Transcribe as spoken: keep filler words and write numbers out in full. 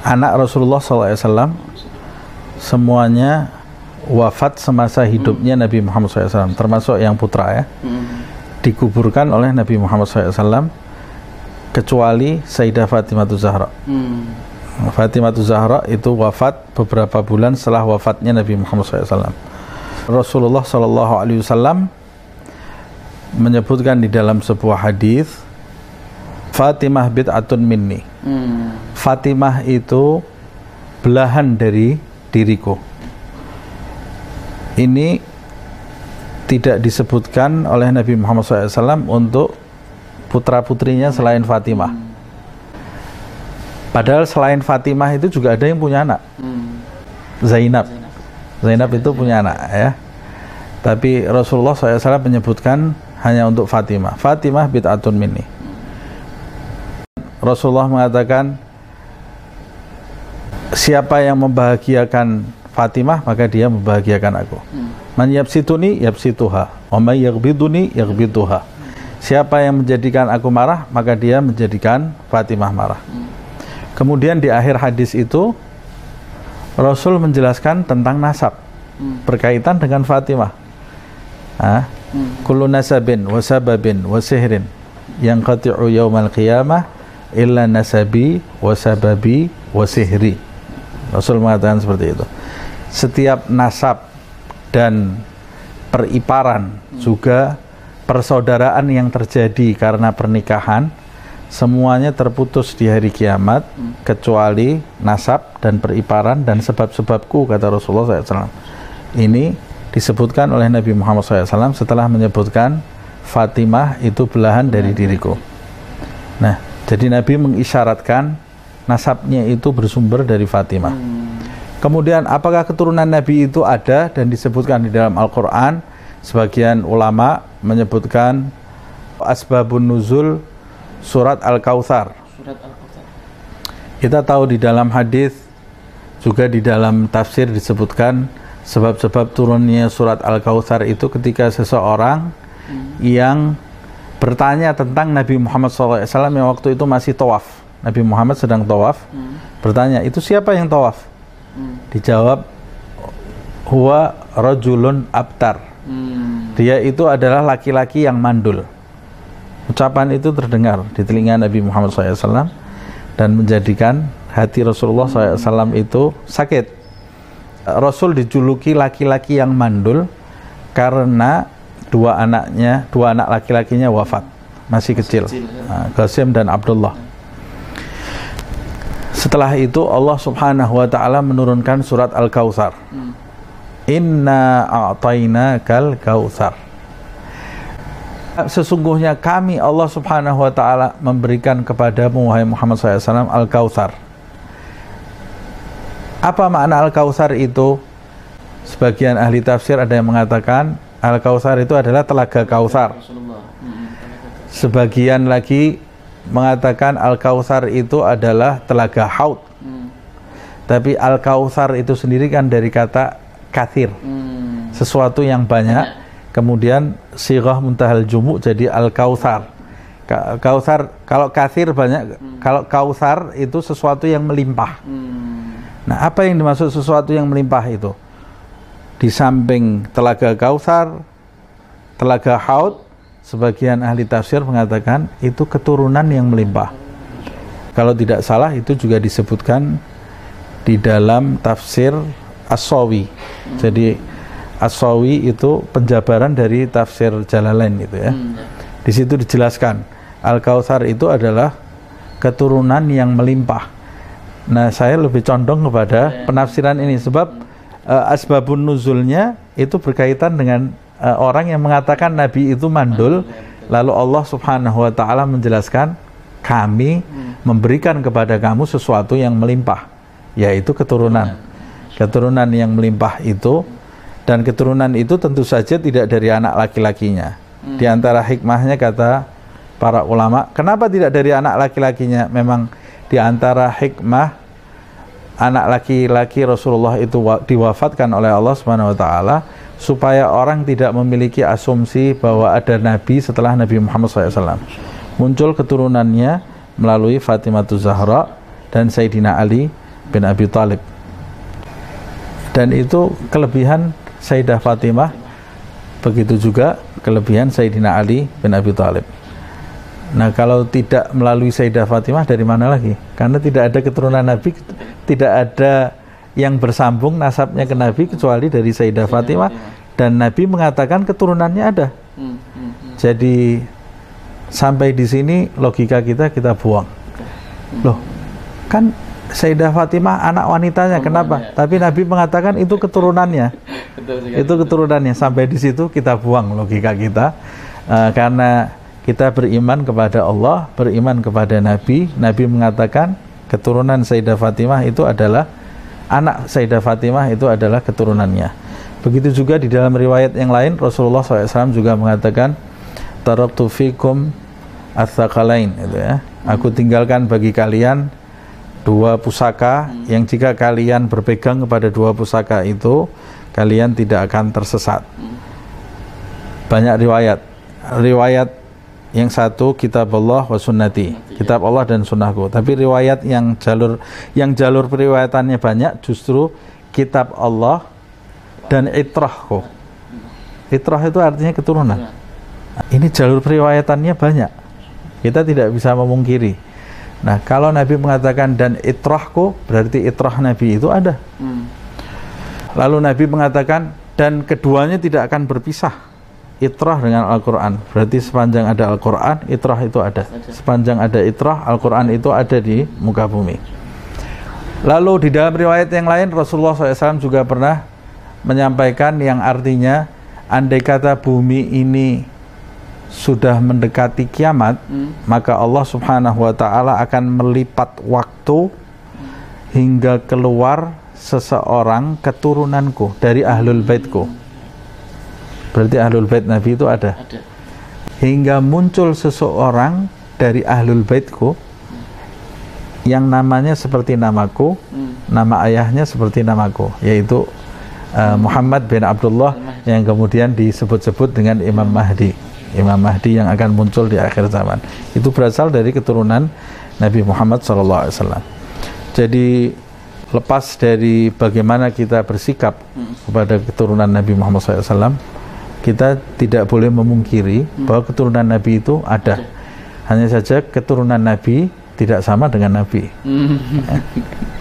anak Rasulullah shallallahu alaihi wasallam semuanya wafat semasa hidupnya hmm. Nabi Muhammad shallallahu alaihi wasallam, termasuk yang putra ya, hmm. dikuburkan oleh Nabi Muhammad shallallahu alaihi wasallam kecuali Sayyidah Fatimah Zahra. hmm. Fatimah Zahra itu wafat beberapa bulan setelah wafatnya Nabi Muhammad shallallahu alaihi wasallam. Rasulullah shallallahu alaihi wasallam menyebutkan di dalam sebuah hadis, Fatimah bid'atun minni. Hmm. Fatimah itu belahan dari diriku. Ini tidak disebutkan oleh Nabi Muhammad shallallahu alaihi wasallam untuk putra-putrinya selain Fatimah. Hmm. Padahal selain Fatimah itu juga ada yang punya anak. Hmm. Zainab. Zainab. Zainab itu punya anak ya. Tapi Rasulullah shallallahu alaihi wasallam menyebutkan hanya untuk Fatimah. Fatimah bid'atun minni. Rasulullah mengatakan, siapa yang membahagiakan Fatimah maka dia membahagiakan aku. Hmm. Man yabsituni yabsituha, wa may yaghbiduni yaghbiduha. Siapa yang menjadikan aku marah maka dia menjadikan Fatimah marah. Hmm. Kemudian di akhir hadis itu Rasul menjelaskan tentang nasab hmm. berkaitan dengan Fatimah. Ah, hmm. kullu nasabin wa sababin wa sihrin yang qati'u yaumal qiyamah illa nasabi wa sababi wa sihri. Rasul mengatakan seperti itu. Setiap nasab dan periparan hmm. juga persaudaraan yang terjadi karena pernikahan semuanya terputus di hari kiamat hmm. kecuali nasab dan periparan dan sebab-sebabku, kata Rasulullah shallallahu alaihi wasallam. Ini disebutkan oleh Nabi Muhammad shallallahu alaihi wasallam setelah menyebutkan Fatimah itu belahan dari diriku. Nah, jadi Nabi mengisyaratkan nasabnya itu bersumber dari Fatimah. Hmm. Kemudian apakah keturunan Nabi itu ada dan disebutkan di dalam Al-Quran? Sebagian ulama menyebutkan asbabun nuzul Surat Al-Kautsar. Surat Al-Kautsar. Kita tahu di dalam hadis juga di dalam tafsir disebutkan sebab-sebab turunnya surat Al-Kautsar itu ketika seseorang hmm. yang bertanya tentang Nabi Muhammad shallallahu alaihi wasallam yang waktu itu masih tawaf. Nabi Muhammad sedang tawaf, hmm. bertanya, itu siapa yang tawaf? Hmm. Dijawab, huwa rajulun abtar. Hmm. Dia itu adalah laki-laki yang mandul. Ucapan itu terdengar di telinga Nabi Muhammad shallallahu alaihi wasallam dan menjadikan hati Rasulullah shallallahu alaihi wasallam itu sakit. Rasul dijuluki laki-laki yang mandul karena dua anaknya, dua anak laki-lakinya wafat, masih kecil, nah, Qasim dan Abdullah. Setelah itu Allah subhanahu wa ta'ala menurunkan surat Al-Kautsar. Inna a'tainakal kautsar. Sesungguhnya kami Allah subhanahu wa ta'ala memberikan kepadamu wahai Muhammad shallallahu alaihi wasallam Al-Kautsar. Apa makna Al-Kautsar itu? Sebagian ahli tafsir ada yang mengatakan Al-Kautsar itu adalah telaga Kautsar. Sebagian lagi mengatakan Al-Kautsar itu adalah telaga Haud. Tapi Al-Kautsar itu sendiri kan dari kata kathir, sesuatu yang banyak. Kemudian sighah muntahal jumu' jadi Al-Kautsar. Kautsar kalau kathir banyak, hmm. kalau Kautsar itu sesuatu yang melimpah. Hmm. Nah, apa yang dimaksud sesuatu yang melimpah itu? Di samping telaga Kautsar, telaga Haud, sebagian ahli tafsir mengatakan itu keturunan yang melimpah. Kalau tidak salah itu juga disebutkan di dalam tafsir As-Sawi. Hmm. Jadi As-Sawi itu penjabaran dari tafsir Jalalain itu ya. Hmm. Di situ dijelaskan Al-Kautsar itu adalah keturunan yang melimpah. Nah, saya lebih condong kepada yeah. penafsiran ini sebab uh, asbabun nuzulnya itu berkaitan dengan uh, orang yang mengatakan Nabi itu mandul, lalu Allah Subhanahu wa taala menjelaskan kami hmm. memberikan kepada kamu sesuatu yang melimpah, yaitu keturunan. Keturunan yang melimpah itu. Dan keturunan itu tentu saja tidak dari anak laki-lakinya. Hmm. Di antara hikmahnya kata para ulama, kenapa tidak dari anak laki-lakinya? Memang di antara hikmah anak laki-laki Rasulullah itu diwafatkan oleh Allah Subhanahu wa taala supaya orang tidak memiliki asumsi bahwa ada nabi setelah Nabi Muhammad shallallahu alaihi wasallam. Muncul keturunannya melalui Fatimah Zahra dan Sayyidina Ali bin Abi Thalib. Dan itu kelebihan Sayyidah Fatimah, begitu juga kelebihan Sayyidina Ali bin Abi Thalib. Nah, kalau tidak melalui Sayyidah Fatimah, dari mana lagi? Karena tidak ada keturunan Nabi, tidak ada yang bersambung nasabnya ke Nabi kecuali dari Sayyidah Fatimah, dan Nabi mengatakan keturunannya ada. Jadi sampai di sini logika kita kita buang. Loh, kan Sayyidah Fatimah anak wanitanya, kenapa? Tapi Nabi mengatakan itu keturunannya. Itu keturunannya. Sampai di situ kita buang logika kita, uh, karena kita beriman kepada Allah, beriman kepada Nabi. Nabi mengatakan keturunan Sayyidah Fatimah itu adalah anak Sayyidah Fatimah itu adalah keturunannya. Begitu juga di dalam riwayat yang lain, Rasulullah shallallahu alaihi wasallam juga mengatakan, taraktu fikum ats-tsaqalain, itu ya. Aku tinggalkan bagi kalian dua pusaka yang jika kalian berpegang kepada dua pusaka itu, kalian tidak akan tersesat. Banyak riwayat. Riwayat yang satu kitab Allah wa sunnati, kitab Allah dan sunnahku. Tapi riwayat yang jalur yang jalur periwayatannya banyak justru kitab Allah dan itrahku. Itrah itu artinya keturunan. Ini jalur periwayatannya banyak. Kita tidak bisa memungkiri. Nah, kalau Nabi mengatakan dan itrahku, berarti itrah Nabi itu ada. Lalu Nabi mengatakan dan keduanya tidak akan berpisah. Itrah dengan Al-Quran, berarti sepanjang ada Al-Quran, itrah itu ada. Sepanjang ada itrah, Al-Quran itu ada di muka bumi. Lalu di dalam riwayat yang lain, Rasulullah shallallahu alaihi wasallam juga pernah menyampaikan yang artinya, andai kata bumi ini sudah mendekati kiamat, hmm. maka Allah subhanahu wa ta'ala akan melipat waktu hingga keluar seseorang keturunanku dari ahlul baitku. Berarti ahlul bait Nabi itu ada. ada. Hingga muncul seseorang dari ahlul baitku yang namanya seperti namaku, hmm. nama ayahnya seperti namaku, yaitu uh, Muhammad bin Abdullah yang kemudian disebut-sebut dengan Imam Mahdi. Imam Mahdi yang akan muncul di akhir zaman. Itu berasal dari keturunan Nabi Muhammad shallallahu alaihi wasallam. Jadi lepas dari bagaimana kita bersikap hmm. kepada keturunan Nabi Muhammad shallallahu alaihi wasallam, kita tidak boleh memungkiri hmm. bahwa keturunan Nabi itu ada. Hanya saja keturunan Nabi tidak sama dengan Nabi. Hmm.